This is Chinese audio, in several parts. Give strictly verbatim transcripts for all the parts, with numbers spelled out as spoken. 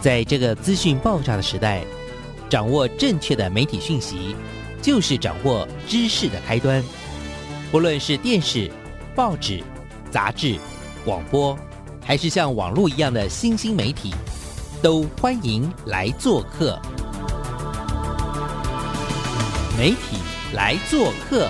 在这个资讯爆炸的时代，掌握正确的媒体讯息，就是掌握知识的开端。不论是电视、报纸、杂志、广播，还是像网络一样的新兴媒体，都欢迎来做客。媒体来做客。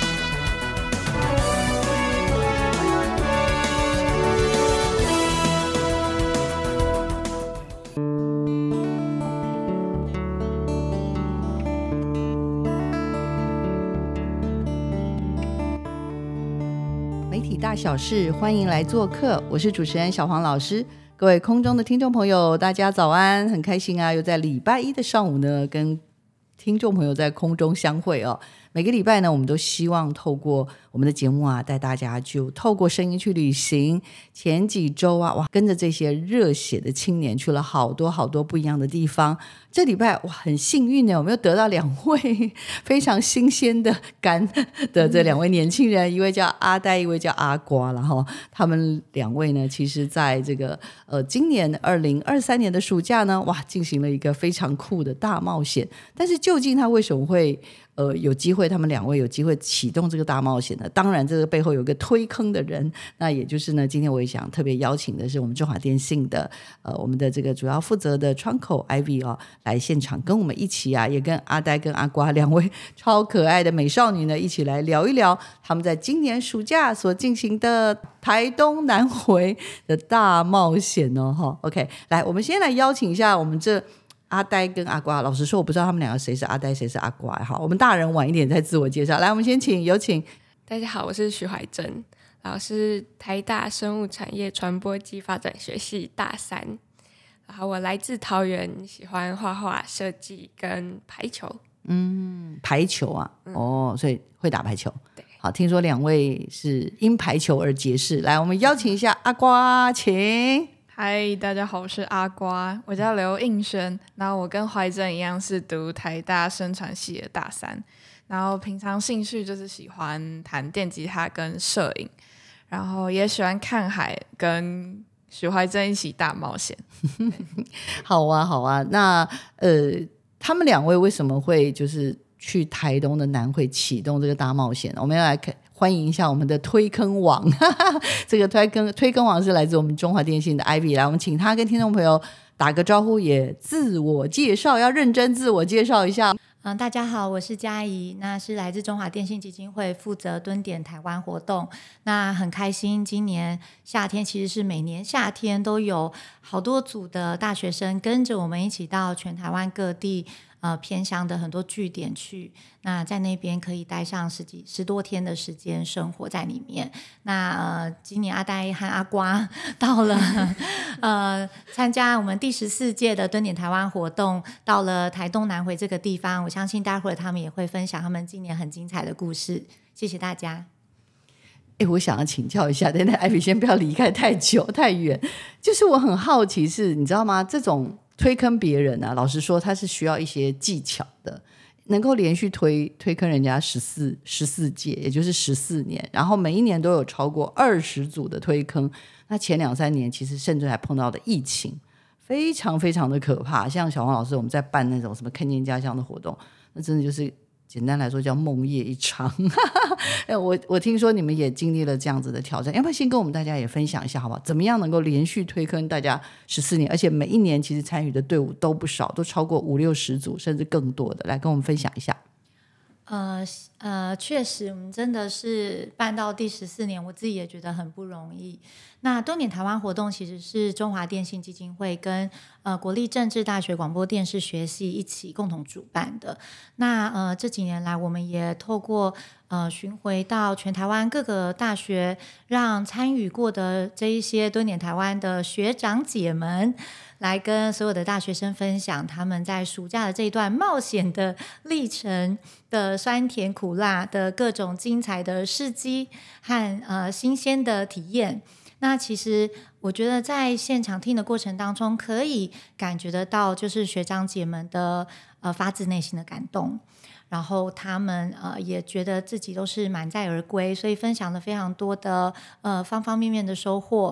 媒体大小事，欢迎来做客，我是主持人小黄老师。各位空中的听众朋友，大家早安，很开心啊，又在礼拜一的上午呢，跟听众朋友在空中相会哦。每个礼拜呢，我们都希望透过我们的节目啊，带大家就透过声音去旅行。前几周啊，哇，跟着这些热血的青年去了好多好多不一样的地方。这礼拜哇，很幸运呢，我们又得到两位非常新鲜的肝的这两位年轻人，一位叫阿呆，一位叫阿瓜了哈。他们两位呢，其实在这个呃今年二零二三年的暑假呢，哇，进行了一个非常酷的大冒险。但是究竟他为什么会呃，有机会，他们两位有机会启动这个大冒险的。当然，这个背后有个推坑的人，那也就是呢，今天我也想特别邀请的是我们中华电信的呃，我们的这个主要负责的窗口 Ivy 哦，来现场跟我们一起啊，也跟阿呆跟阿瓜两位超可爱的美少女呢，一起来聊一聊他们在今年暑假所进行的台东南回的大冒险哦。哈 ，OK， 来，我们先来邀请一下我们这阿呆跟阿瓜，老实说我不知道他们两个谁是阿呆谁是阿瓜。好，我们大人晚一点再自我介绍。来，我们先请有请。 大家好，我是徐怀珍，然后是台大生物产业传播暨发展学系大三，然后我来自桃园，喜欢画画、设计跟排球。 嗯，排球啊、嗯、哦，所以会打排球。 对， 好，听说两位是因排球而结识。来，我们邀请一下阿瓜，请。 嗨，大家好，我是阿瓜，我叫刘应轩，然后我跟怀珍一样是读台大生传系的大三，然后平常兴趣就是喜欢弹电吉他跟摄影，然后也喜欢看海，跟许怀珍一起大冒险。 好啊好啊，那呃，他们两位为什么会就是去台东的南回启动这个大冒险？我们要来看欢迎一下我们的推坑王这个推坑推坑王是来自我们中华电信的 Ivy， 来我们请他跟听众朋友打个招呼，也自我介绍，要认真自我介绍一下。 嗯，大家好，我是嘉怡，那是来自中华电信基金会，负责蹲点台湾活动。那很开心，今年夏天其实是每年夏天都有好多组的大学生跟着我们一起到全台湾各地呃偏乡的很多据点去，那在那边可以待上十几十多天的时间生活在里面。那呃，今年阿呆和阿瓜到了呃参加我们第十四届的蹲点台湾活动，到了台东南回这个地方，我相信待会儿他们也会分享他们今年很精彩的故事。谢谢大家。 欸、我想要请教一下，等等，艾比先不要离开太久太远。就是我很好奇是，你知道吗？这种推坑别人啊，老实说，它是需要一些技巧的。能够连续推推坑人家十四十四届，也就是十四年，然后每一年都有超过二十组的推坑。那前两三年其实甚至还碰到的疫情，非常非常的可怕。像小黄老师，我们在办那种什么看见家乡的活动，那真的就是简单来说叫梦夜一场我, 我听说你们也经历了这样子的挑战，要不要先跟我们大家也分享一下好不好？怎么样能够连续推坑大家十四年，而且每一年其实参与的队伍都不少，都超过五六十组甚至更多的，来跟我们分享一下。 呃呃，确实我们真的是办到第十四年，我自己也觉得很不容易。那蹲点台湾活动其实是中华电信基金会跟呃国立政治大学广播电视学系一起共同主办的。那呃这几年来，我们也透过呃巡回到全台湾各个大学，让参与过的这一些蹲点台湾的学长姐们，来跟所有的大学生分享他们在暑假的这一段冒险的历程的酸甜苦辣的各种精彩的事迹和呃新鲜的体验。那其实我觉得在现场听的过程当中，可以感觉得到就是学长姐们的呃发自内心的感动，然后他们呃也觉得自己都是满载而归，所以分享了非常多的呃方方面面的收获。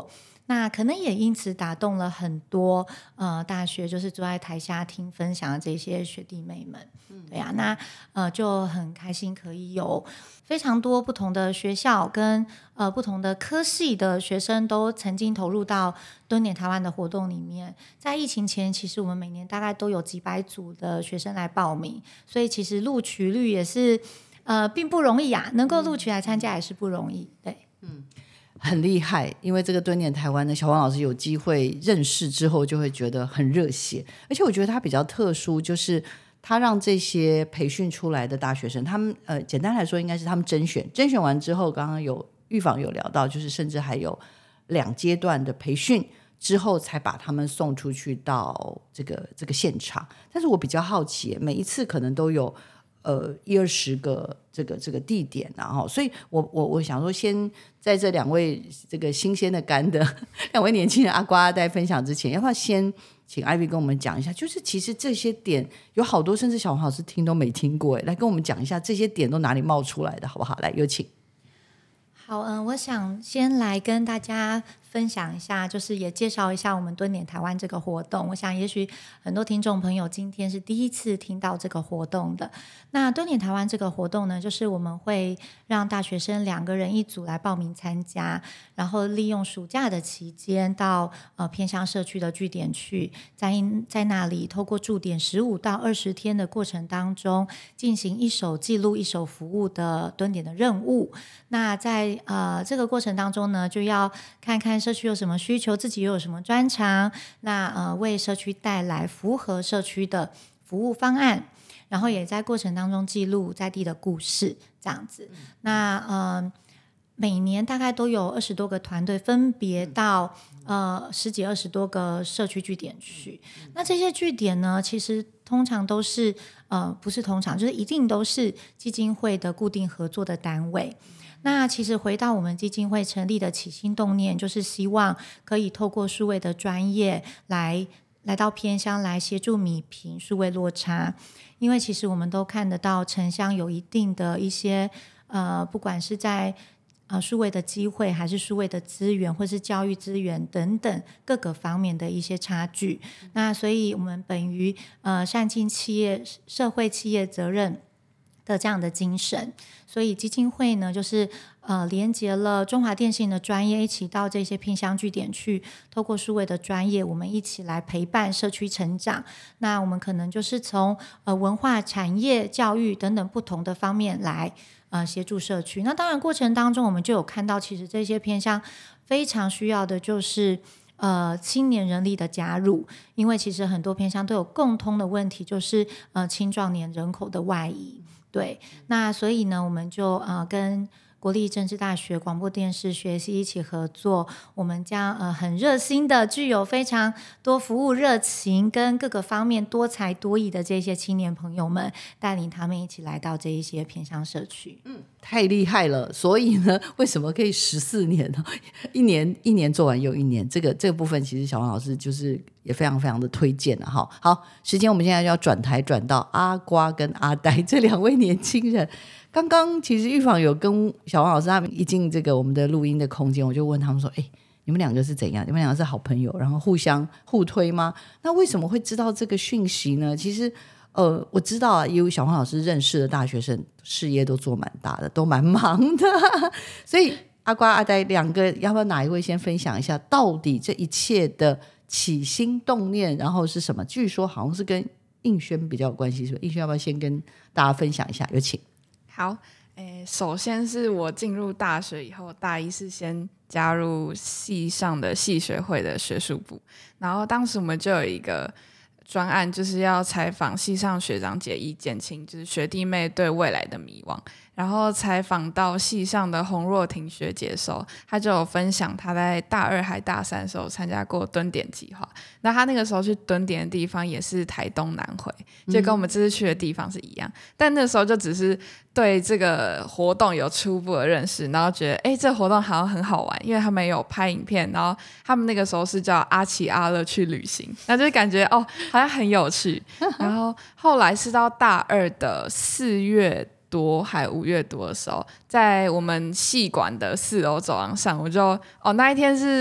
那可能也因此打动了很多呃大学就是坐在台下听分享的这些学弟妹们。对啊，那呃就很开心可以有非常多不同的学校跟呃不同的科系的学生都曾经投入到蹲点台湾的活动里面。在疫情前，其实我们每年大概都有几百组的学生来报名，所以其实录取率也是呃并不容易啊，能够录取来参加也是不容易。对， 嗯，很厉害，因为这个蹲点台湾的小黄老师有机会认识之后，就会觉得很热血，而且我觉得他比较特殊，就是他让这些培训出来的大学生，他们呃，简单来说应该是他们甄选，甄选完之后，刚刚有预防有聊到，就是甚至还有两阶段的培训之后，才把他们送出去到这个这个现场。但是我比较好奇，每一次可能都有呃一二十个这个这个地点，然后，所以我我我想说，先在这两位这个新鲜的肝的两位年轻人阿瓜阿呆分享之前，要不要先请 Ivy 跟我们讲一下，就是其实这些点有好多甚至小黄老师听都没听过，来跟我们讲一下这些点都哪里冒出来的，好不好？来，有请。 好，嗯，我想先来跟大家分享一下，就是也介绍一下我们蹲点台湾这个活动。我想也许很多听众朋友今天是第一次听到这个活动的。那蹲点台湾这个活动呢，就是我们会让大学生两个人一组来报名参加，然后利用暑假的期间到呃偏乡社区的据点去，在在那里透过驻点十五到二十天的过程当中，进行一手记录一手服务的蹲点的任务。那在呃这个过程当中呢，就要看看社区有什么需求，自己又有什么专长，那呃为社区带来符合社区的服务方案，然后也在过程当中记录在地的故事，这样子。那呃每年大概都有二十多个团队分别到呃十几二十多个社区据点去。那这些据点呢，其实通常都是呃不是通常，就是一定都是基金会的固定合作的单位。那其实回到我们基金会成立的起心动念，就是希望可以透过数位的专业来来到偏乡来协助弭平数位落差。因为其实我们都看得到城乡有一定的一些呃，不管是在呃数位的机会，还是数位的资源，或是教育资源等等各个方面的一些差距。那所以我们本于呃善尽企业社会企业责任的这样的精神，所以基金会呢，就是呃连结了中华电信的专业，一起到这些偏乡据点去，透过数位的专业，我们一起来陪伴社区成长。那我们可能就是从呃文化、产业、教育等等不同的方面来呃协助社区。那当然过程当中，我们就有看到，其实这些偏乡非常需要的就是呃青年人力的加入，因为其实很多偏乡都有共通的问题，就是呃青壮年人口的外移。对，那所以呢，我们就呃跟国立政治大学广播电视学系一起合作，我们将呃很热心的、具有非常多服务热情跟各个方面多才多艺的这些青年朋友们，带领他们一起来到这一些偏乡社区。 嗯，太厉害了！所以呢，为什么可以十四年呢？一年一年做完又一年，这个这个部分其实小王老师就是也非常非常的推荐了哈。好，时间我们现在就要转台转到阿瓜跟阿呆这两位年轻人。刚刚其实预防有跟小王老师他们一进这个我们的录音的空间，我就问他们说：“哎，你们两个是怎样？你们两个是好朋友，然后互相互推吗？那为什么会知道这个讯息呢？”其实，呃，我知道啊，因为小黄老师认识的大学生事业都做蛮大的，都蛮忙的，所以阿瓜阿呆两个，要不要哪一位先分享一下，到底这一切的起心动念，然后是什么？据说好像是跟应轩比较有关系，是不是？应轩要不要先跟大家分享一下？有请。 好，诶，首先是我进入大学以后，大一是先加入系上的系学会的学术部，然后当时我们就有一个专案，就是要采访系上学长姐，以减轻就是学弟妹对未来的迷惘。然后采访到系上的洪若婷学姐的时候，她就有分享她在大二还大三的时候参加过蹲点计划。那她那个时候去蹲点的地方也是台东南回，就跟我们这次去的地方是一样。嗯、但那时候就只是对这个活动有初步的认识，然后觉得哎，这个活动好像很好玩，因为他们有拍影片，然后他们那个时候是叫阿奇阿乐去旅行，那就感觉哦好像很有趣。然后后来是到大二的四月多还五月多的时候，在我们系馆的四楼走廊上，我就哦那一天是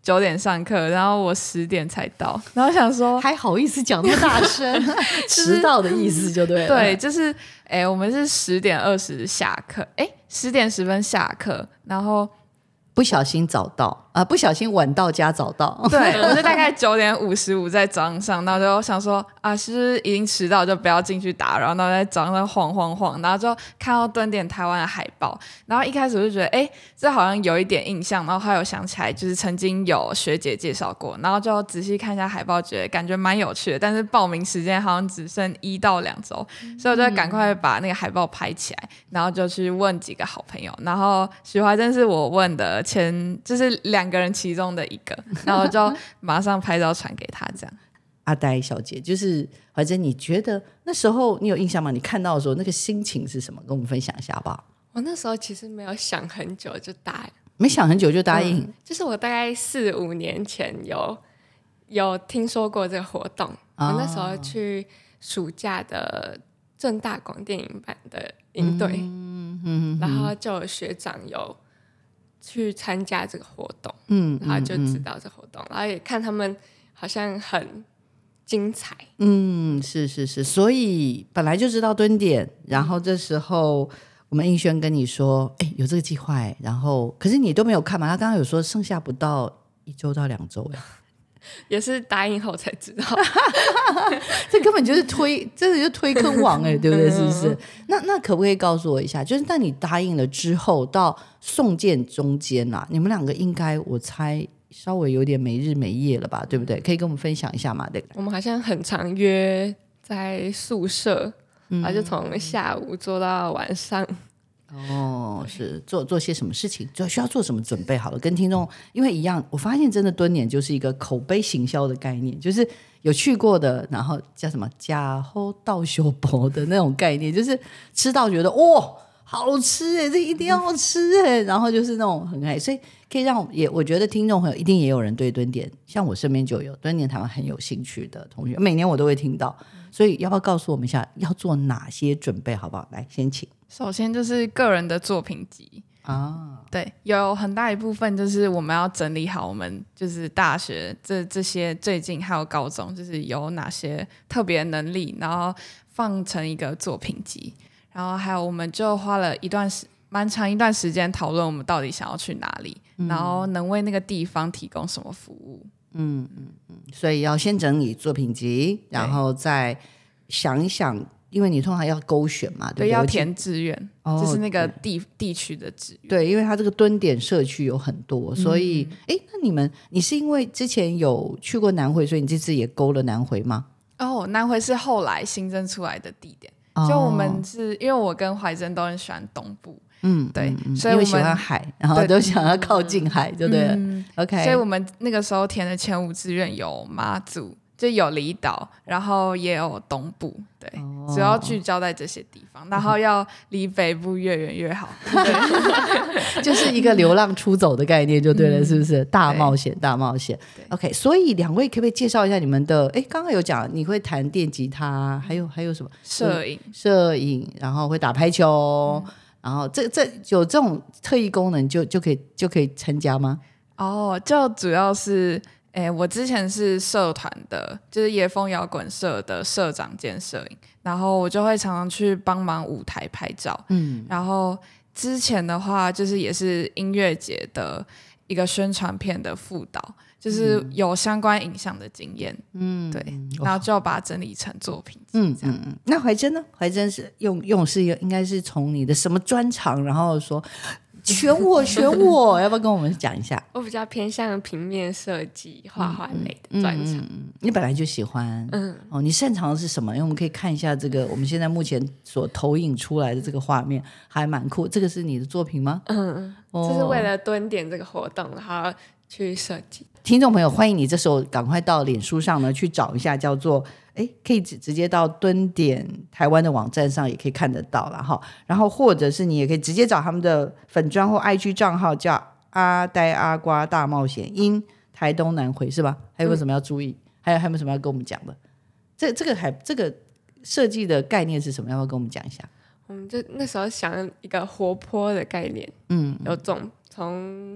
九点上课，然后我十点才到，然后想说还好意思讲那么大声，迟到的意思就对了。 对，就是哎，我们是十点二十下课，哎，十点十分下课，然后不小心早到啊、呃，不小心晚到加早到。 对，我是大概九点五十五在早上，然后就想说啊，是不是已经迟到就不要进去打扰，然后在早上晃晃晃，然后就看到蹲点台湾的海报，然后一开始我就觉得哎，这好像有一点印象，然后还有想起来就是曾经有学姐介绍过，然后就仔细看一下海报，觉得感觉蛮有趣的，但是报名时间好像只剩一到两周，所以我就赶快把那个海报拍起来，然后就去问几个好朋友，然后许怀真是我问的前就是两个人其中的一个，然后就马上拍照传给他这样。 阿呆小姐，就是怀真，你觉得那时候你有印象吗？你看到的时候那个心情是什么？跟我们分享一下好不好？ 我那时候其实没有想很久就答应， 没想很久就答应、嗯、 就是我大概四五年前有有听说过这个活动、哦、我那时候去暑假的政大广电影班的营队、嗯嗯、然后就有学长有去参加这个活动，嗯，然后就知道这个活动、嗯嗯、然后也看他们好像很精彩， 嗯，是是是，所以本来就知道蹲点，然后这时候我们映轩跟你说哎，有这个计划哎，然后可是你都没有看嘛，他刚刚有说剩下不到一周到两周哎， 也是答应后才知道这根本就是推，真的就推坑王哎，对不对？是不是？那那可不可以告诉我一下，就是那你答应了之后到送件中间啊，你们两个应该我猜稍微有点没日没夜了吧，对不对？可以跟我们分享一下吗？对， 我们好像很常约在宿舍、嗯、然后就从下午做到晚上。 哦，是做做些什么事情，就需要做什么准备好了，跟听众因为一样，我发现真的蹲点就是一个口碑行销的概念，就是有去过的，然后叫什么假后到修博的那种概念，就是吃到觉得哇好吃耶，这一定要吃耶，然后就是那种很爱，所以可以让也我觉得听众朋友一定也有人对蹲点，像我身边就有蹲点台湾很有兴趣的同学，每年我都会听到，所以要不要告诉我们一下要做哪些准备好不好？来，先请。 首先就是个人的作品集啊，对，有很大一部分就是我们要整理好我们就是大学这这些最近还有高中就是有哪些特别能力，然后放成一个作品集，然后还有我们就花了一段时蛮长一段时间讨论我们到底想要去哪里、嗯、然后能为那个地方提供什么服务。嗯嗯嗯，所以要先整理作品集，然后再想一想，因为你通常要勾选嘛， 对, 对不对？ 要填志愿、哦、就是那个 地, 地区的志愿。 对，因为它这个蹲点社区有很多，所以哎、嗯，那你们你是因为之前有去过南回，所以你这次也勾了南回吗？ 哦，南回是后来新增出来的地点、哦、就我们是因为我跟怀真都很喜欢东部，嗯，对，嗯、所以我们因为喜欢海，然后都想要靠近海，就对了、嗯、OK。 所以我们那个时候填的前五志愿有马祖，就有离岛，然后也有东部，对、哦、主要聚焦在这些地方，然后要离北部越远越好， 对就是一个流浪出走的概念就对了、嗯、是不是？大冒险大冒险 OK。 所以两位可不可以介绍一下你们的，哎，刚刚有讲你会弹电吉他，还有还有什么？ 摄影摄影，然后会打排球、嗯、然后这这有这种特异功能就就可以就可以参加吗？ 哦，就主要是诶，我之前是社团的，就是野风摇滚社的社长兼摄影，然后我就会常常去帮忙舞台拍照。嗯，然后之前的话，就是也是音乐节的一个宣传片的副导，就是有相关影像的经验。嗯，对，然后就把它整理成作品集。嗯嗯嗯。 那怀真呢？怀真是用用是应该是从你的什么专长，然后说。选我选我要不要跟我们讲一下？ 我比较偏向平面设计画画类的专长、嗯嗯、 你本来就喜欢、嗯哦、你擅长的是什么？因为我们可以看一下这个我们现在目前所投影出来的这个画面还蛮酷，这个是你的作品吗？ 嗯，哦、这是为了蹲点这个活动然后去设计。 听众朋友欢迎你这时候赶快到脸书上呢去找一下，叫做哎，可以直接到蹲点台湾的网站上也可以看得到啦哈。然后或者是你也可以直接找他们的粉专或 I G 账号，叫阿呆阿瓜大冒险因台东南回是吧？还有没有什么要注意？嗯、还有还有没有什么要跟我们讲的？这这个还这个设计的概念是什么？要不要跟我们讲一下？ 我们就那时候想一个活泼的概念，嗯，有种从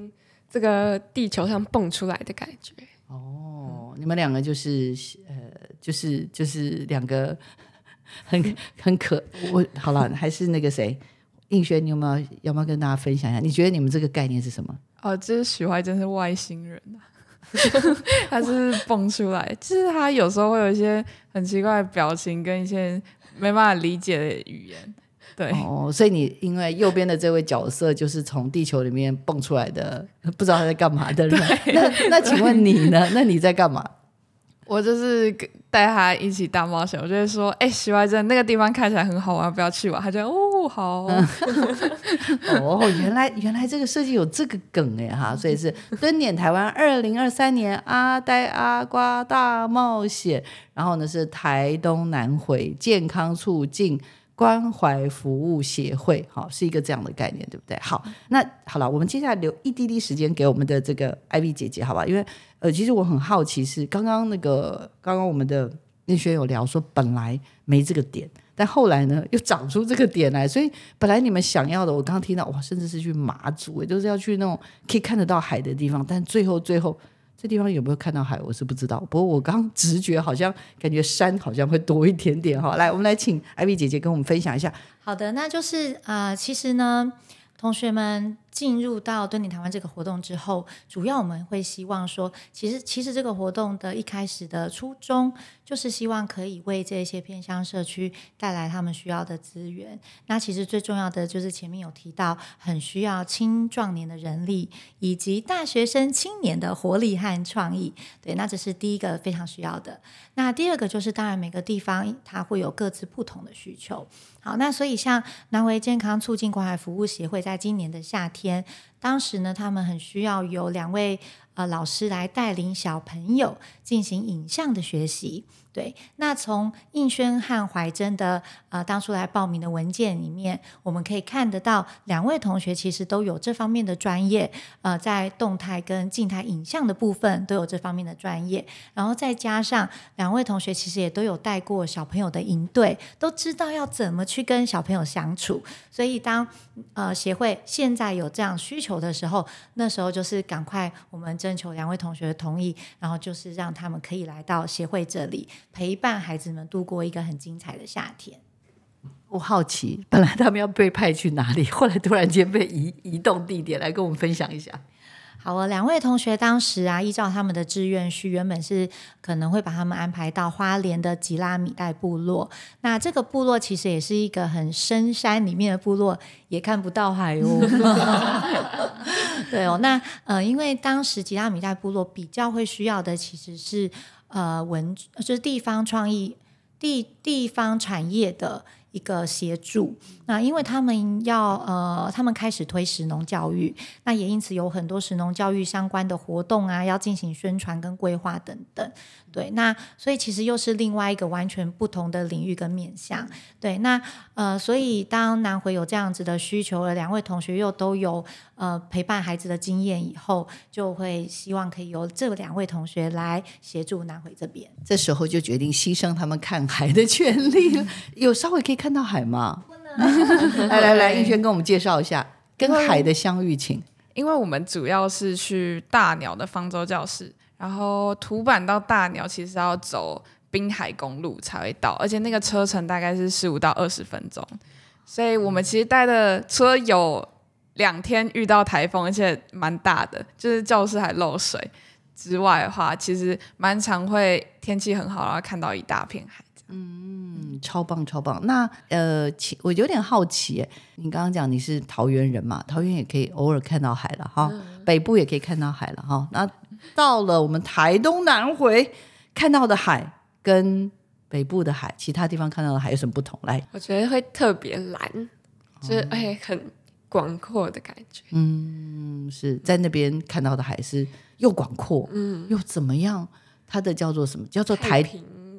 这个地球上蹦出来的感觉。 哦，你们两个就是呃，就是就是两个很很可我好了，还是那个谁，映轩，你有没有要不要跟大家分享一下？你觉得你们这个概念是什么？ 哦，就是许怀真是外星人啊，他是蹦出来，就是他有时候会有一些很奇怪的表情跟一些没办法理解的语言。对哦，所以你因为右边的这位角色就是从地球里面蹦出来的，不知道他在干嘛的人。那那请问你呢？那你在干嘛？ 我就是带他一起大冒险，我就会说，哎、欸，许怀真那个地方看起来很好玩，不要去玩。他就哦好。 哦，原来原来这个设计有这个梗哎哈，所以是蹲点台湾二零二三年阿呆阿瓜大冒险，然后呢是台东南回健康促进关怀服务协会，好，是一个这样的概念，对不对？好，那好了，我们接下来留一滴滴时间给我们的这个 Ivy 姐姐，好吧？因为呃，其实我很好奇是，刚刚那个刚刚我们的映轩有聊说，本来没这个点，但后来呢又长出这个点来，所以本来你们想要的，我刚刚听到哇，甚至是去马祖，也就是要去那种可以看得到海的地方，但最后最后。这地方有没有看到海我是不知道，不过我刚直觉好像感觉山好像会多一点点哈。来，我们来请 Ivy 姐姐跟我们分享一下。 好的，那就是呃，其实呢，同学们进入到蹲点台湾这个活动之后，主要我们会希望说，其实其实这个活动的一开始的初衷，就是希望可以为这些偏乡社区带来他们需要的资源。那其实最重要的就是前面有提到，很需要青壮年的人力，以及大学生青年的活力和创意。对，那这是第一个非常需要的。那第二个就是，当然每个地方它会有各自不同的需求。好，那所以像南回健康促进关怀服务协会，在今年的夏天，当时呢，他们很需要有两位呃老师来带领小朋友进行影像的学习。对，那从映轩和怀真的呃当初来报名的文件里面，我们可以看得到两位同学其实都有这方面的专业，呃，在动态跟静态影像的部分都有这方面的专业，然后再加上两位同学其实也都有带过小朋友的营队，都知道要怎么去跟小朋友相处，所以当呃协会现在有这样需求的时候，那时候就是赶快我们征求两位同学的同意，然后就是让他们可以来到协会这里陪伴孩子们度过一个很精彩的夏天。 我好奇，本来他们要被派去哪里，后来突然间被移移动地点，来跟我们分享一下。 好了，两位同学当时啊，依照他们的志愿序，原本是可能会把他们安排到花莲的吉拉米代部落。那这个部落其实也是一个很深山里面的部落，也看不到海哦。对哦，那呃，因为当时吉拉米代部落比较会需要的其实是呃文，就是地方创意、地地方产业的一个协助。那因为他们要呃，他们开始推食农教育，那也因此有很多食农教育相关的活动啊，要进行宣传跟规划等等。对，那所以其实又是另外一个完全不同的领域跟面向。对，那呃，所以当南回有这样子的需求了，两位同学又都有呃陪伴孩子的经验以后，就会希望可以由这两位同学来协助南回这边。 这时候就决定牺牲他们看海的权利了。有稍微可以看到海吗？来来来，映轩跟我们介绍一下跟海的相遇情。 因为我们主要是去大鸟的方舟教室，然后土板到大鸟其实要走滨海公路才会到，而且那个车程大概是十五到二十分钟，所以我们其实带的除了有两天遇到台风，而且蛮大的，就是教室还漏水之外的话，其实蛮常会天气很好，然后看到一大片海。 嗯，超棒超棒。那呃，我有点好奇耶，你刚刚讲你是桃园人嘛，桃园也可以偶尔看到海了哈、嗯，北部也可以看到海了哈。那到了我们台东南回看到的海跟北部的海，其他地方看到的海有什么不同？来， 我觉得会特别蓝，就是哎很广阔的感觉。 嗯，是在那边看到的海是又广阔，嗯，又怎么样？它的叫做什么？叫做台平。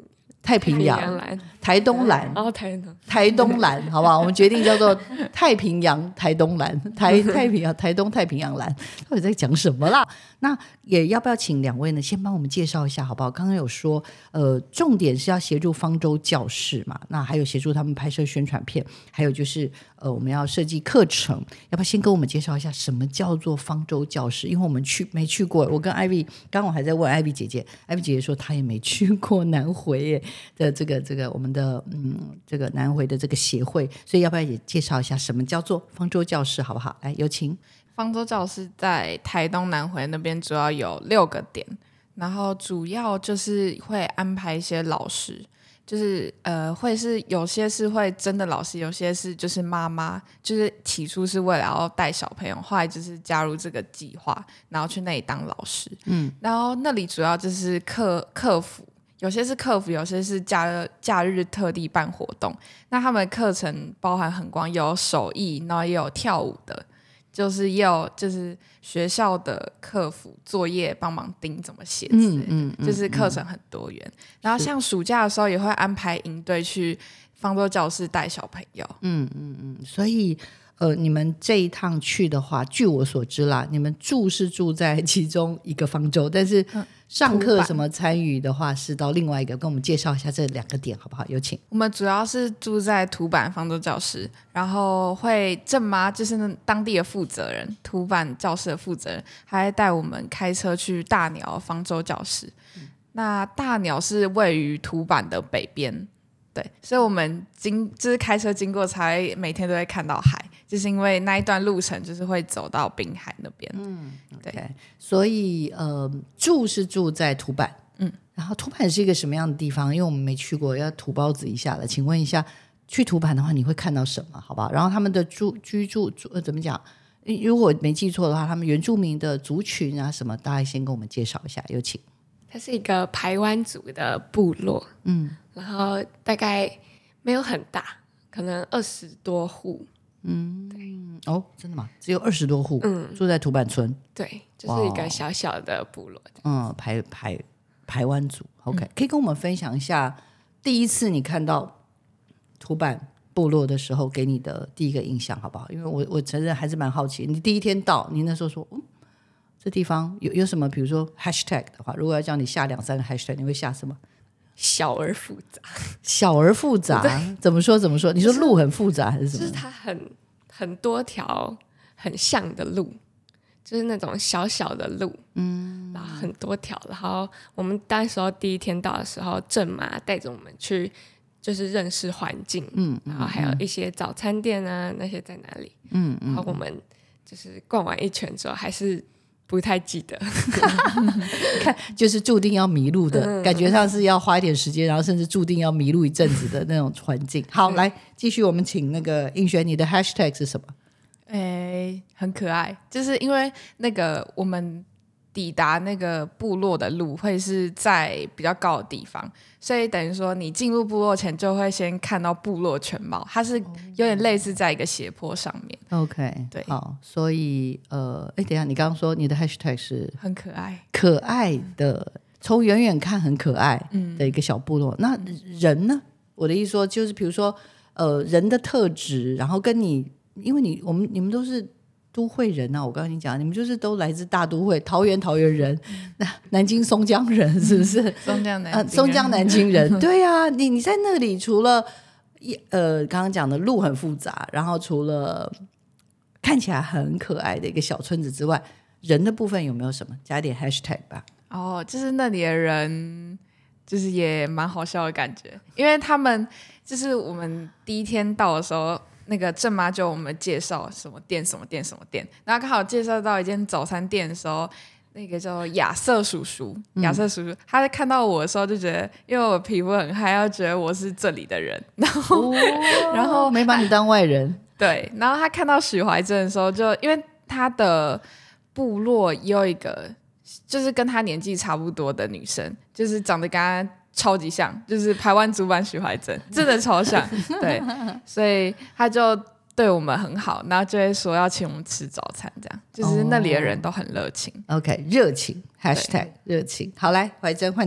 太平洋、 太平洋蓝台东蓝， 然后台东台东蓝，好不好？我们决定叫做太平洋台东蓝，台太平洋台东太平洋蓝，到底在讲什么啦？那也要不要请两位呢，先帮我们介绍一下好不好？刚刚有说，呃，重点是要协助方舟教室嘛，那还有协助他们拍摄宣传片，还有就是呃，我们要设计课程，要不要先跟我们介绍一下什么叫做方舟教室？因为我们去没去过，我跟 Ivy 刚刚我还在问 Ivy 姐姐 ，Ivy 姐姐说她也没去过南回耶的这个这个我们的嗯这个南回的这个协会，所以要不要也介绍一下什么叫做方舟教室，好不好？来，有请。 方舟教室在台东南回那边主要有六个点，然后主要就是会安排一些老师，就是呃会是有些是会真的老师，有些是就是妈妈，就是起初是为了要带小朋友，后来就是加入这个计划，然后去那里当老师。嗯，然后那里主要就是课课服。有些是课服，有些是假日假日特地办活动。那他们的课程包含很广，有手艺，然后也有跳舞的，就是也有就是学校的课服作业帮忙盯怎么写之类的，嗯嗯嗯、就是课程很多元。然后像暑假的时候也会安排营队去方舟教室带小朋友。 嗯嗯嗯，所以。呃，你们这一趟去的话，据我所知啦，你们住是住在其中一个方舟，但是上课什么参与的话是到另外一个，跟我们介绍一下这两个点好不好？有请。 我们主要是住在土坂方舟教室，然后会郑妈就是当地的负责人，土坂教室的负责人，还会带我们开车去大鸟方舟教室。嗯、那大鸟是位于土坂的北边。对，所以我们经就是开车经过才每天都会看到海，就是因为那一段路程就是会走到滨海那边。嗯，对， okay, 所以呃住是住在土坂，嗯，然后土坂是一个什么样的地方？因为我们没去过，要土包子一下了。请问一下，去土坂的话，你会看到什么？好不好？然后他们的住居住住、呃、怎么讲？如果没记错的话，他们原住民的族群啊什么，大家先跟我们介绍一下，有请。 它是一个排湾族的部落，嗯，然后大概没有很大，可能二十多户，嗯，对， 哦，真的吗？只有二十多户，嗯，住在土坂村， 对，就是一个小小的部落， 嗯，排排排湾族 ，OK，、嗯、可以跟我们分享一下第一次你看到土坂部落的时候给你的第一个印象，好不好？因为我我承认还是蛮好奇，你第一天到，你那时候说，嗯。这地方有有什么？比如说 hashtag 的话，如果要叫你下两三个 hashtag， 你会下什么？ 小而复杂， 小而复杂，怎么说？怎么说？你说路很复杂还是什么？ 就是它很很多条很像的路，就是那种小小的路，嗯，然后很多条。然后我们那时候第一天到的时候，郑妈带着我们去，就是认识环境，嗯，然后还有一些早餐店啊，那些在哪里，嗯，然后我们就是逛完一圈之后，还是。不太记得看就是注定要迷路的、嗯、感觉上是要花一点时间，然后甚至注定要迷路一阵子的那种环境。好、嗯、来继续，我们请那个映璇，你的 hashtag 是什么？ 诶，很可爱，就是因为那个我们抵达那个部落的路会是在比较高的地方，所以等于说你进入部落前就会先看到部落全貌，它是有点类似在一个斜坡上面。 OK， 对， 好，所以呃，哎，等一下，你刚刚说你的 hashtag 是很可爱， 可爱的，从远远看很可爱的一个小部落、嗯、那人呢？我的意思说就是比如说呃人的特质，然后跟你，因为你我们你们都是都会人啊，我刚刚已经讲，你们就是都来自大都会，桃园桃园人，那南京松江人是不是？ 松江南京人、呃、 松江南京人对啊，你你在那里除了呃刚刚讲的路很复杂，然后除了看起来很可爱的一个小村子之外，人的部分有没有什么？加点 hashtag 吧。 哦，就是那里的人就是也蛮好笑的感觉，因为他们就是我们第一天到的时候，那个郑妈就我们介绍什么店什么店什么店，然后刚好介绍到一间早餐店的时候，那个叫亚瑟叔叔，亚瑟叔叔、嗯、他在看到我的时候就觉得，因为我皮肤很黑，他觉得我是这里的人，然后、哦、然后没把你当外人。 对，然后他看到许怀珍的时候，就因为他的部落也有一个就是跟他年纪差不多的女生，就是长得跟他超级像，就是排湾族版许怀珍，真的超像。对，所以他就对我们很好，然后就会说要请我们吃早餐，这样就是那里的人都很热情。 OK， 热情 hashtag 热情。好，来怀珍换你，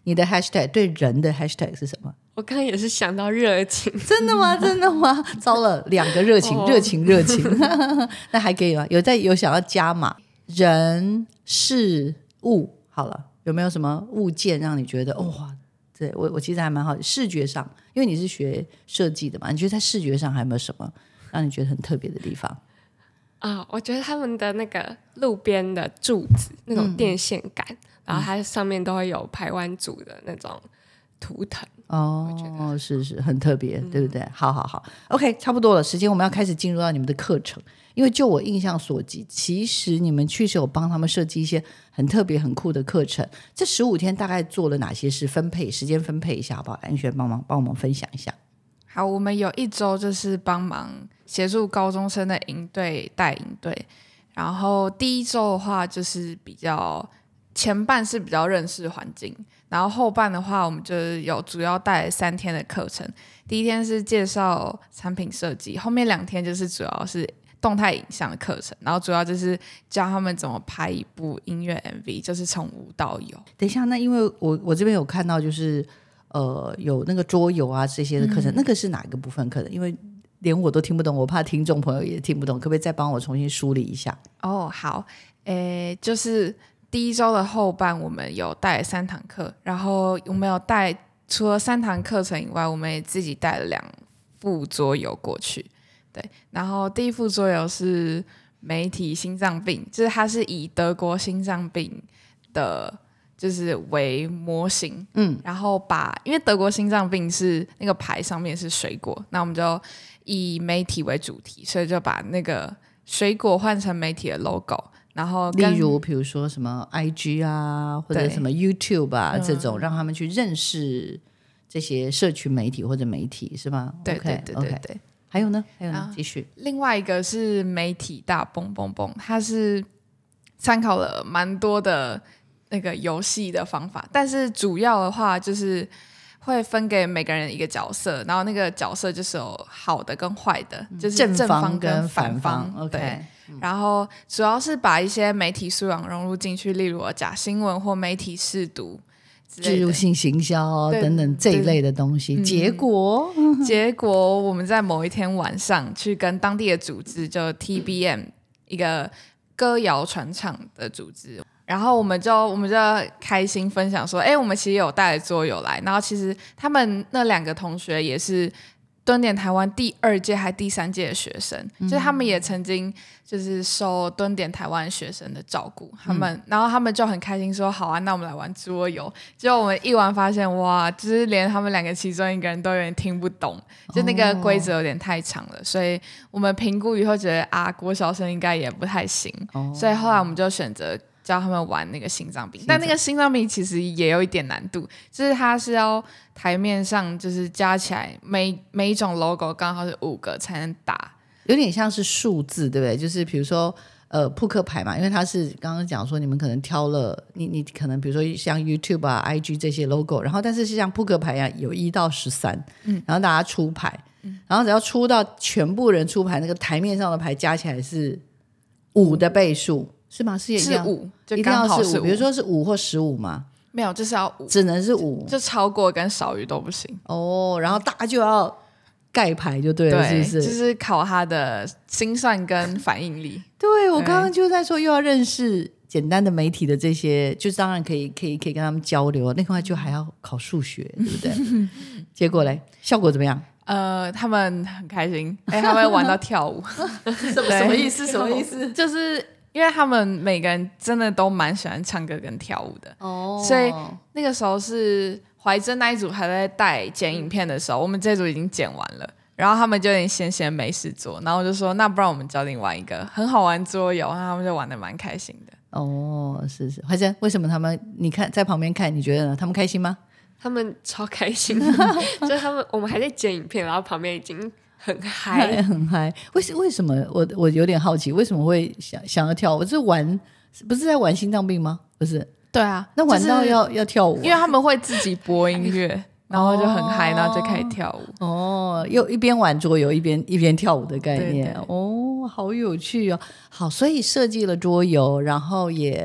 你的 hashtag 对人的 hashtag 是什么？ 我刚刚也是想到热情。 真的吗？真的吗？糟了，两个热情， 哦热情，热情。那还可以吗？有在有想要加码人事物？好了，有没有什么物件让你觉得哇、哦？对我我其实还蛮好，视觉上，因为你是学设计的嘛，你觉得在视觉上还有没有什么让你觉得很特别的地方？ 啊、我觉得他们的那个路边的柱子那种电线杆、嗯、然后它上面都会有排湾族的那种图腾。 哦，是是很特别、嗯、对不对？好好好 OK 差不多了，时间我们要开始进入到你们的课程。因为就我印象所及，其实你们确实有帮他们设计一些很特别很酷的课程。这十五天大概做了哪些事？分配时间分配一下好不好？安璇帮忙帮我们分享一下。 好，我们有一周就是帮忙协助高中生的营队带营队，然后第一周的话就是比较前半是比较认识环境，然后后半的话我们就是有主要带三天的课程。第一天是介绍产品设计，后面两天就是主要是动态影像的课程，然后主要就是教他们怎么拍一部音乐 M V， 就是从无到有。 等一下，那因为我我这边有看到就是呃有那个桌游啊这些的课程、嗯、那个是哪个部分课程？因为连我都听不懂，我怕听众朋友也听不懂，可不可以再帮我重新梳理一下？ 哦，好，诶，就是第一周的后半我们有带三堂课，然后我们有带除了三堂课程以外，我们也自己带了两副桌游过去。对，然后第一副桌游是媒体心脏病，就是它是以德国心脏病的就是为模型，嗯，然后把因为德国心脏病是那个牌上面是水果，那我们就以媒体为主题，所以就把那个水果换成媒体的 logo， 然后例如比如说什么 I G 啊或者什么 YouTube 啊这种、嗯、让他们去认识这些社群媒体或者媒体是吗？ 对对对对对。 还有呢？还有呢？继续。 另外一个是媒体大蹦蹦蹦，它是参考了蛮多的那个游戏的方法，但是主要的话就是会分给每个人一个角色，然后那个角色就是有好的跟坏的，嗯、就是正方跟反方。 反方对、okay 嗯，然后主要是把一些媒体素养融入进去，例如假新闻或媒体识读。 置入性行销等等这一类的东西，结果、 嗯、结果我们在某一天晚上去跟当地的组织，就 T B M 一个歌谣传唱的组织，然后我们就我们就开心分享说，哎，我们其实有带了桌游来，然后其实他们那两个同学也是敦典台湾第二届还第三届的学生、嗯、就是他们也曾经就是受敦典台湾学生的照顾，他们、嗯、然后他们就很开心说好啊，那我们来玩桌游。结果我们一玩发现哇，就是连他们两个其中一个人都有点听不懂，就那个规则有点太长了、哦、所以我们评估以后觉得啊，国小生应该也不太行、哦、所以后来我们就选择教他们玩那个心脏病，但那个心脏病其实也有一点难度，就是它是要台面上就是加起来每每一种 logo 刚好是五个才能打， 有点像是数字对不对？就是比如说呃扑克牌嘛，因为它是刚刚讲说你们可能挑了你你可能比如说像 YouTube 啊 I G 这些 logo， 然后但是是像扑克牌一样有一到十三，嗯，然后大家出牌、嗯、然后只要出到全部人出牌，那个台面上的牌加起来是五的倍数。是吗？是是五，就一定要是五，比如说是五或十五吗？ 没有，就是要五， 只能是五， 就超过跟少于都不行哦。然后大家就要盖牌就对了， 对， 是不是？ 就是考他的心算跟反应力。 对，我刚刚就在说，又要认识简单的媒体的这些，就当然可以可以可以跟他们交流，另外就还要考数学，对不对？结果嘞，效果怎么样？ 呃，他们很开心，哎，他们玩到跳舞， 什么什么意思？什么意思？ 就是。因为他们每个人真的都蛮喜欢唱歌跟跳舞的、哦、所以那个时候是怀珍那一组还在带剪影片的时候，我们这组已经剪完了，然后他们就有点闲闲没事做，然后我就说那不然我们教你玩一个很好玩桌游，然后他们就玩得蛮开心的。哦， 是是，怀珍为什么他们你看在旁边看你觉得呢？他们开心吗？ 他们超开心的就他们我们还在剪影片，然后旁边已经很嗨很嗨，为为什么我我有点好奇，为什么会想想要跳舞？是玩不是在玩心脏病吗？不是， 对啊， 那玩到要、就是、要跳舞、啊， 因为他们会自己播音乐，然后就很嗨、哦，然后就开始跳舞。 哦，又一边玩桌游一边一边跳舞的概念，对对哦，好有趣哦。好，所以设计了桌游，然后也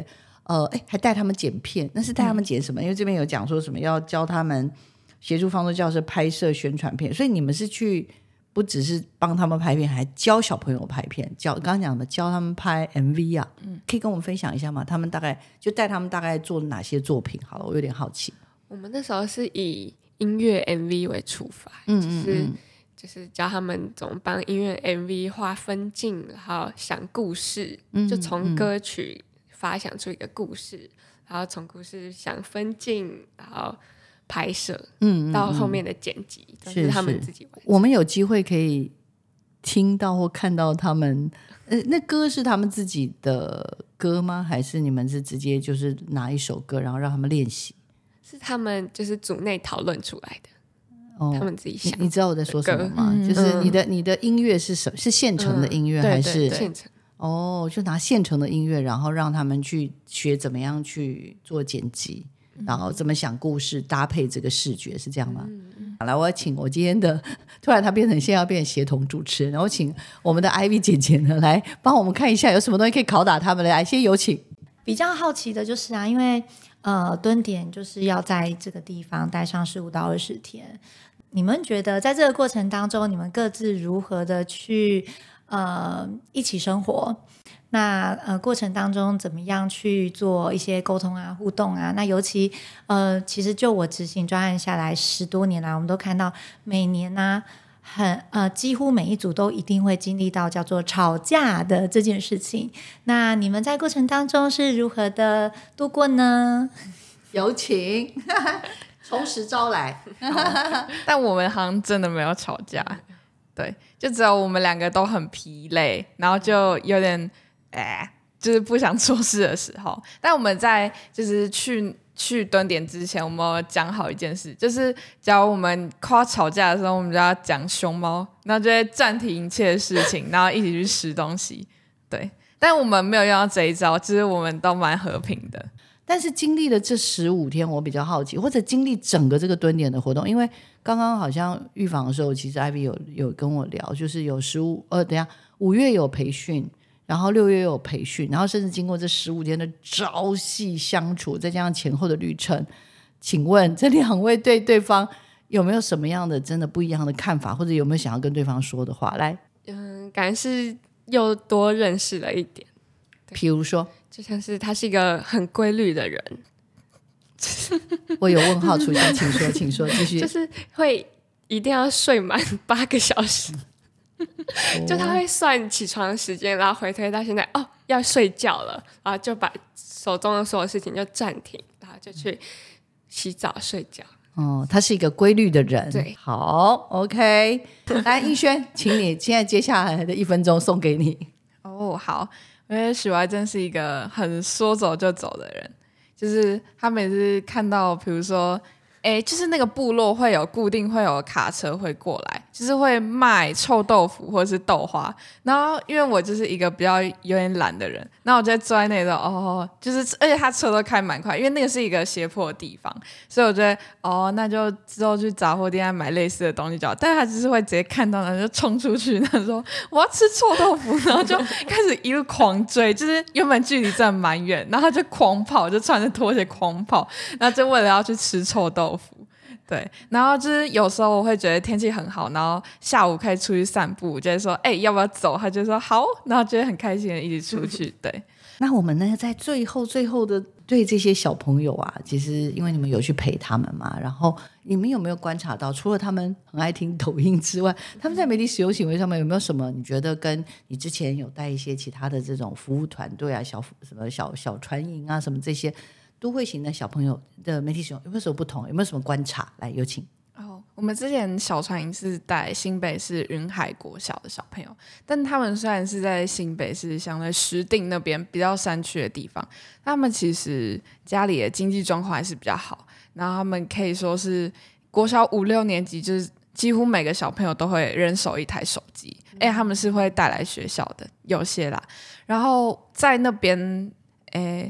呃，哎，还带他们剪片，那是带他们剪什么？嗯、因为这边有讲说什么要教他们协助方舟教室拍摄宣传片，所以你们是去不只是帮他们拍片，还教小朋友拍片，教刚刚讲的教他们拍 M V 啊，嗯，可以跟我们分享一下吗？他们大概就带他们大概做哪些作品？好了，我有点好奇。 我们那时候是以音乐 M V 为出发，嗯嗯嗯就是就是教他们怎么帮音乐 M V 画分镜，然后想故事，嗯、就从歌曲发想出一个故事，然后从故事想分镜，然后拍摄，嗯，嗯，嗯，到后面的剪辑都是他们自己完成。 我们有机会可以听到或看到他们，呃，那歌是他们自己的歌吗？还是你们是直接就是拿一首歌，然后让他们练习？ 是他们就是组内讨论出来的。哦、他们自己想你, 你知道我在说什么吗？嗯、就是你的你的音乐是什么？是现成的音乐、嗯、还是对对对现成？ 哦，就拿现成的音乐，然后让他们去学怎么样去做剪辑，嗯、然后怎么想故事，搭配这个视觉，是这样吗？嗯、好来，我要请我今天的，突然他变成现在要变成协同主持人，然后请我们的 Ivy 姐姐呢来帮我们看一下有什么东西可以拷打他们，来，先有请。 比较好奇的就是啊，因为呃蹲点就是要在这个地方待上十五到二十天。你们觉得在这个过程当中，你们各自如何的去呃一起生活？那呃过程当中怎么样去做一些沟通啊、互动啊？那尤其呃，其实就我执行专案下来十多年来，我们都看到每年呢、啊，很呃几乎每一组都一定会经历到叫做吵架的这件事情。那你们在过程当中是如何的度过呢？ 有请。从实招来但我们好像真的没有吵架，对，就只有我们两个都很疲累，然后就有点哎，就是不想做事的时候。但我们在就是去去蹲点之前，我们讲好一件事，就是假如我们快要吵架的时候，我们就要讲熊猫，然后就会暂停一切的事情，然后一起去吃东西。对，但我们没有用到这一招，就是我们都蛮和平的。 但是经历了这十五天，我比较好奇，或者经历整个这个蹲点的活动，因为刚刚好像预防的时候，其实 Ivy 有有跟我聊，就是有十五呃，等一下五月有培训，然后六月有培训，然后甚至经过这十五天的朝夕相处，再加上前后的旅程，请问这两位对对方有没有什么样的真的不一样的看法，或者有没有想要跟对方说的话？来， 嗯，感觉是又多认识了一点。 比如说， 就像是他是一个很规律的人。 我有问号出现，请说，请说，继续。 就是会一定要睡满八个小时，就他会算起床的时间，然后回推到现在，哦，要睡觉了，然后就把手中的所有事情就暂停，然后就去洗澡睡觉。 哦，他是一个规律的人。 对， 好 ，OK。来，逸轩，请你现在接下来的一分钟送给你。 哦，好。因为许怀真是一个很说走就走的人，就是他每次看到比如说哎，就是那个部落会有固定会有卡车会过来，就是会卖臭豆腐或者是豆花，然后因为我就是一个比较有点懒的人，然后我就在坐在那里哦，就是而且他车都开蛮快，因为那个是一个斜坡的地方，所以我觉得哦，那就之后去杂货店买类似的东西就好，但是他就是会直接看到然后就冲出去，他说我要吃臭豆腐，然后就开始一路狂追，就是原本距离真的蛮远，然后他就狂跑，就穿着拖鞋狂跑，然后就为了要去吃臭豆腐。对，然后就是有时候我会觉得天气很好，然后下午可以出去散步，就会说哎、欸、要不要走，他就说好，然后就会很开心的一起出去。对， 那我们呢在最后最后的对这些小朋友啊，其实因为你们有去陪他们嘛，然后你们有没有观察到除了他们很爱听抖音之外，他们在媒体使用行为上面有没有什么你觉得跟你之前有带一些其他的这种服务团队啊，小什么小小传营啊什么这些都会型的小朋友的媒体使用有没有什么不同，有没有什么观察？来，有请。 哦，我们之前小传营是带新北市云海国小的小朋友，但他们虽然是在新北市相对石碇那边比较山区的地方，他们其实家里的经济状况还是比较好，然后他们可以说是国小五六年级就是几乎每个小朋友都会人手一台手机，哎、嗯，他们是会带来学校的有些啦，然后在那边诶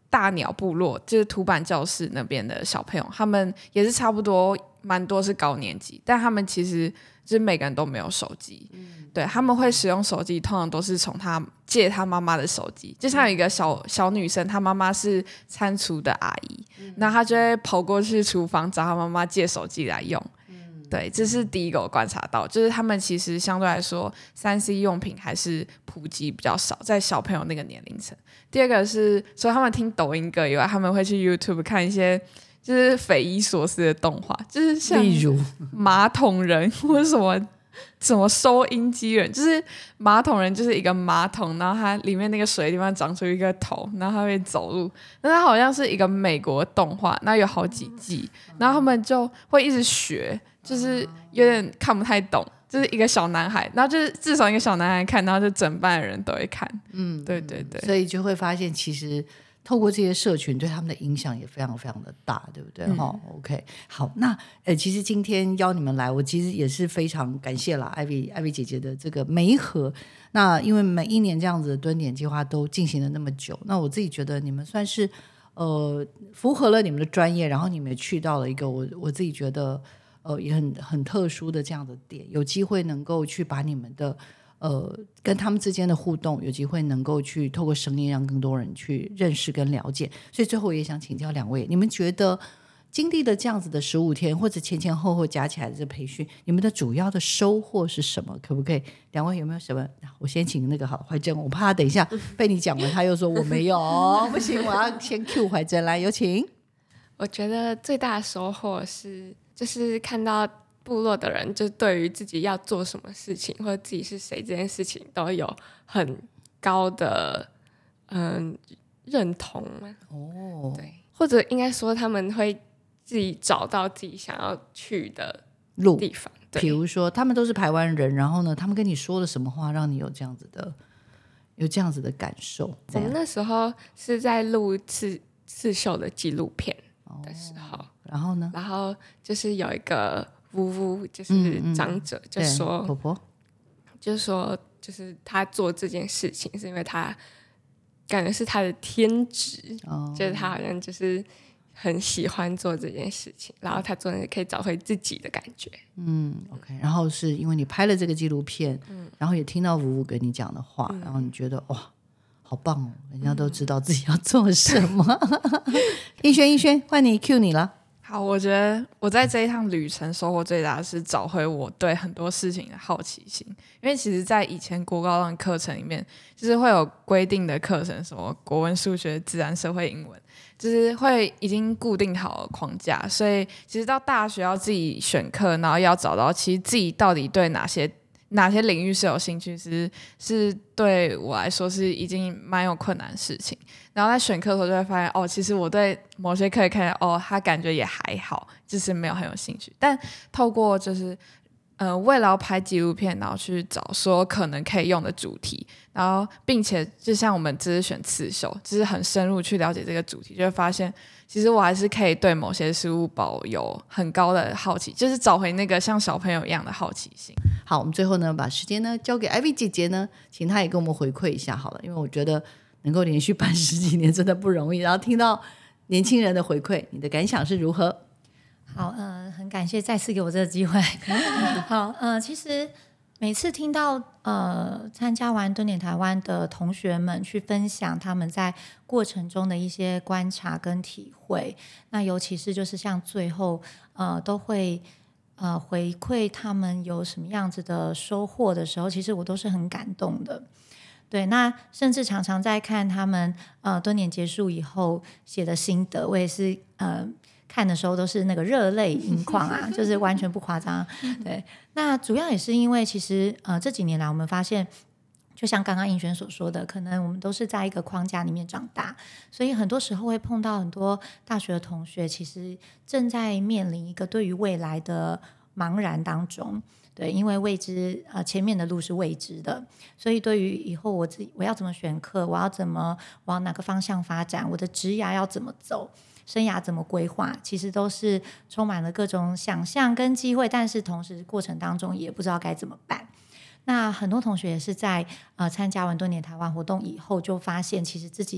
大鸟部落，就是土坂教室那边的小朋友，他们也是差不多蛮多是高年级，但他们其实就是每个人都没有手机、嗯、对，他们会使用手机通常都是从他借他妈妈的手机，就像有一个小小女生，她妈妈是餐厨的阿姨，那、嗯、她就会跑过去厨房找她妈妈借手机来用。对，这是第一个我观察到，就是他们其实相对来说 三 C 用品还是普及比较少，在小朋友那个年龄层。第二个是除了他们听抖音歌以外，他们会去 YouTube 看一些就是匪夷所思的动画，就是像例如马桶人或者什么什么收音机人，就是马桶人就是一个马桶，然后它里面那个水的地方长出一个头，然后它会走路，那它好像是一个美国动画，那有好几季，然后他们就会一直学，就是有点看不太懂，就是一个小男孩，然后就是至少一个小男孩看，然后就整班的人都会看。嗯，对对对， 所以就会发现其实透过这些社群对他们的影响也非常非常的大，对不对？嗯哦、OK， 好，那呃，其实今天邀你们来，我其实也是非常感谢啦，艾薇艾薇姐姐的这个媒合。那因为每一年这样子的蹲点计划都进行了那么久，那我自己觉得你们算是呃符合了你们的专业，然后你们也去到了一个我我自己觉得呃也很很特殊的这样的点，有机会能够去把你们的呃，跟他们之间的互动有机会能够去透过声音让更多人去认识跟了解。所以最后也想请教两位，你们觉得经历了这样子的十五天或者前前后后加起来的这培训，你们的主要的收获是什么？可不可以两位有没有什么？我先请那个好怀珍，我怕等一下被你讲完他又说我没有不行，我要先 Q 怀珍，来有请。 我觉得最大的收获是就是看到部落的人就对于自己要做什么事情或者自己是谁这件事情都有很高的嗯认同哦，对，或者应该说他们会自己找到自己想要去的地方。 比如说他们都是排湾人，然后呢他们跟你说了什么话让你有这样子的有这样子的感受？ 我们那时候是在录刺刺绣的纪录片的时候、哦、 然后呢然后就是有一个呜呜，就是长者就说、嗯嗯、 婆婆就说就是他做这件事情是因为他感觉是他的天职、哦、就是他好像就是很喜欢做这件事情，然后他做的可以找回自己的感觉。 嗯 OK， 然后是因为你拍了这个纪录片、嗯、然后也听到呜呜跟你讲的话、嗯、然后你觉得哇好棒哦，人家都知道自己要做什么。逸轩逸轩换你 Q 你了。 好，我觉得我在这一趟旅程收获最大的是找回我对很多事情的好奇心，因为其实在以前国高中课程里面就是会有规定的课程，什么国文、数学、自然、社会、英文，就是会已经固定好了框架，所以其实到大学要自己选课，然后要找到其实自己到底对哪些哪些领域是有兴趣，其实是对我来说是已经蛮有困难的事情。然后在选课的时候就会发现，哦，其实我对某些课看，哦，他感觉也还好，就是没有很有兴趣。但透过就是呃，为了要拍纪录片，然后去找说可能可以用的主题，然后并且就像我们这次选刺绣，就是很深入去了解这个主题，就会发现其实我还是可以对某些事物保有很高的好奇，就是找回那个像小朋友一样的好奇心。 好，我们最后呢把时间呢交给艾薇姐姐呢，请她也跟我们回馈一下好了，因为我觉得能够连续办十几年真的不容易，然后听到年轻人的回馈，你的感想是如何？ 好，呃，很感谢再次给我这个机会。好，呃，其实每次听到呃参加完蹲点台湾的同学们去分享他们在过程中的一些观察跟体会，那尤其是就是像最后呃都会呃回馈他们有什么样子的收获的时候，其实我都是很感动的。对，那甚至常常在看他们呃蹲点结束以后写的心得，我也是呃看的时候都是那个热泪盈眶啊，就是完全不夸张。对，那主要也是因为其实呃这几年来我们发现，就像刚刚映璇所说的，可能我们都是在一个框架里面长大，所以很多时候会碰到很多大学的同学，其实正在面临一个对于未来的茫然当中。对，因为未知呃前面的路是未知的，所以对于以后我自己我要怎么选课，我要怎么往哪个方向发展，我的职涯要怎么走，生涯怎么规划，其实都是充满了各种想象跟机会，但是同时过程当中也不知道该怎么办。那很多同学也是在呃参加完蹲点台湾活动以后，就发现其实自己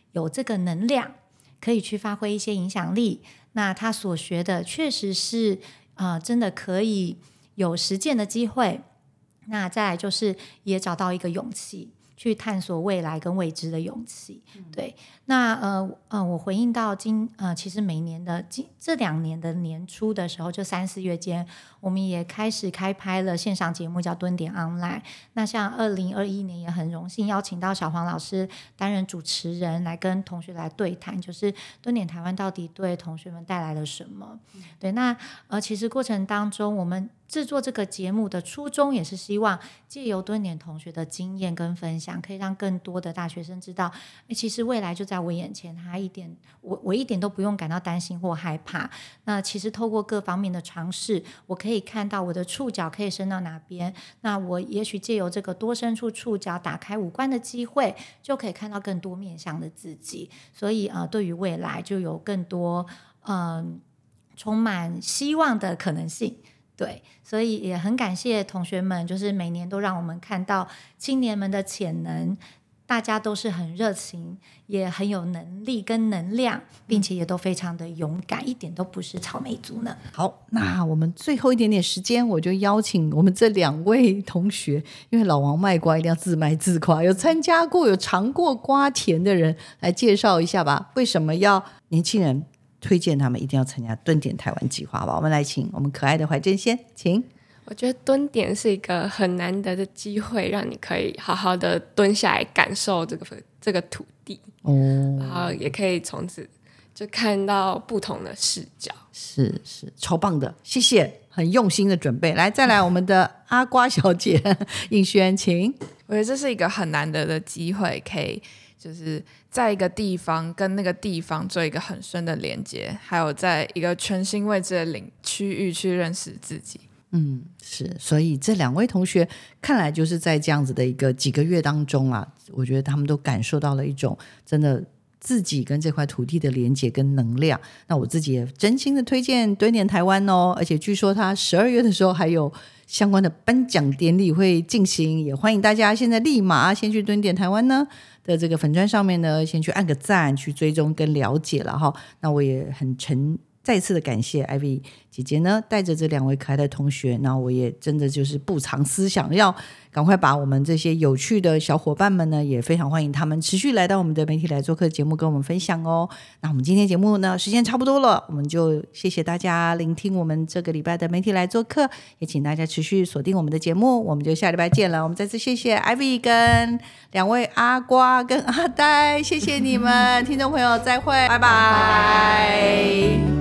有这个能量可以去发挥一些影响力，那他所学的确实是呃真的可以有实践的机会，那再来就是也找到一个勇气去探索未来跟未知的勇气、嗯、对。那呃呃，我回应到今呃，其实每年的今这两年的年初的时候，就三四月间，我们也开始开拍了线上节目，叫蹲点 Online。那像二零二一年也很荣幸邀请到小黄老师担任主持人，来跟同学来对谈，就是蹲点台湾到底对同学们带来了什么？嗯、对，那呃，其实过程当中，我们制作这个节目的初衷也是希望借由蹲点同学的经验跟分享，可以让更多的大学生知道，其实未来就在我眼前，他一点我我一点都不用感到担心或害怕。那其实透过各方面的尝试，我可以看到我的触角可以伸到哪边。那我也许借由这个多伸出触角，打开五官的机会，就可以看到更多面向的自己。所以呃，对于未来就有更多嗯、呃、充满希望的可能性。对，所以也很感谢同学们，就是每年都让我们看到青年们的潜能，大家都是很热情，也很有能力跟能量，并且也都非常的勇敢，一点都不是草莓族呢。 好，那我们最后一点点时间，我就邀请我们这两位同学，因为老王卖瓜一定要自卖自夸，有参加过有尝过瓜甜的人来介绍一下吧，为什么要年轻人推荐他们一定要参加蹲点台湾计划吧。我们来请我们可爱的怀珍先，请。 我觉得蹲点是一个很难得的机会，让你可以好好的蹲下来感受这个这个土地、哦、然后也可以从此就看到不同的视角。 是是，超棒的，谢谢，很用心的准备。来，再来我们的阿瓜小姐应轩，请。 我觉得这是一个很难得的机会，可以就是在一个地方跟那个地方做一个很深的连接，还有在一个全新未知的领区域去认识自己。 嗯，是，所以这两位同学看来就是在这样子的一个几个月当中啊，我觉得他们都感受到了一种真的自己跟这块土地的连结跟能量。那我自己也真心的推荐蹲点台湾哦，而且据说他十二月的时候还有相关的颁奖典礼会进行，也欢迎大家现在立马先去蹲点台湾呢的这个粉专上面呢，先去按个赞，去追踪跟了解了哈。那我也很诚再次的感谢 Ivy 姐姐呢，带着这两位可爱的同学，然后我也真的就是不藏私想，要赶快把我们这些有趣的小伙伴们呢，也非常欢迎他们持续来到我们的媒体来做客节目跟我们分享哦。那我们今天节目呢时间差不多了，我们就谢谢大家聆听我们这个礼拜的媒体来做客，也请大家持续锁定我们的节目，我们就下礼拜见了。我们再次谢谢 Ivy 跟两位阿瓜跟阿呆，谢谢你们听众朋友再会，拜拜。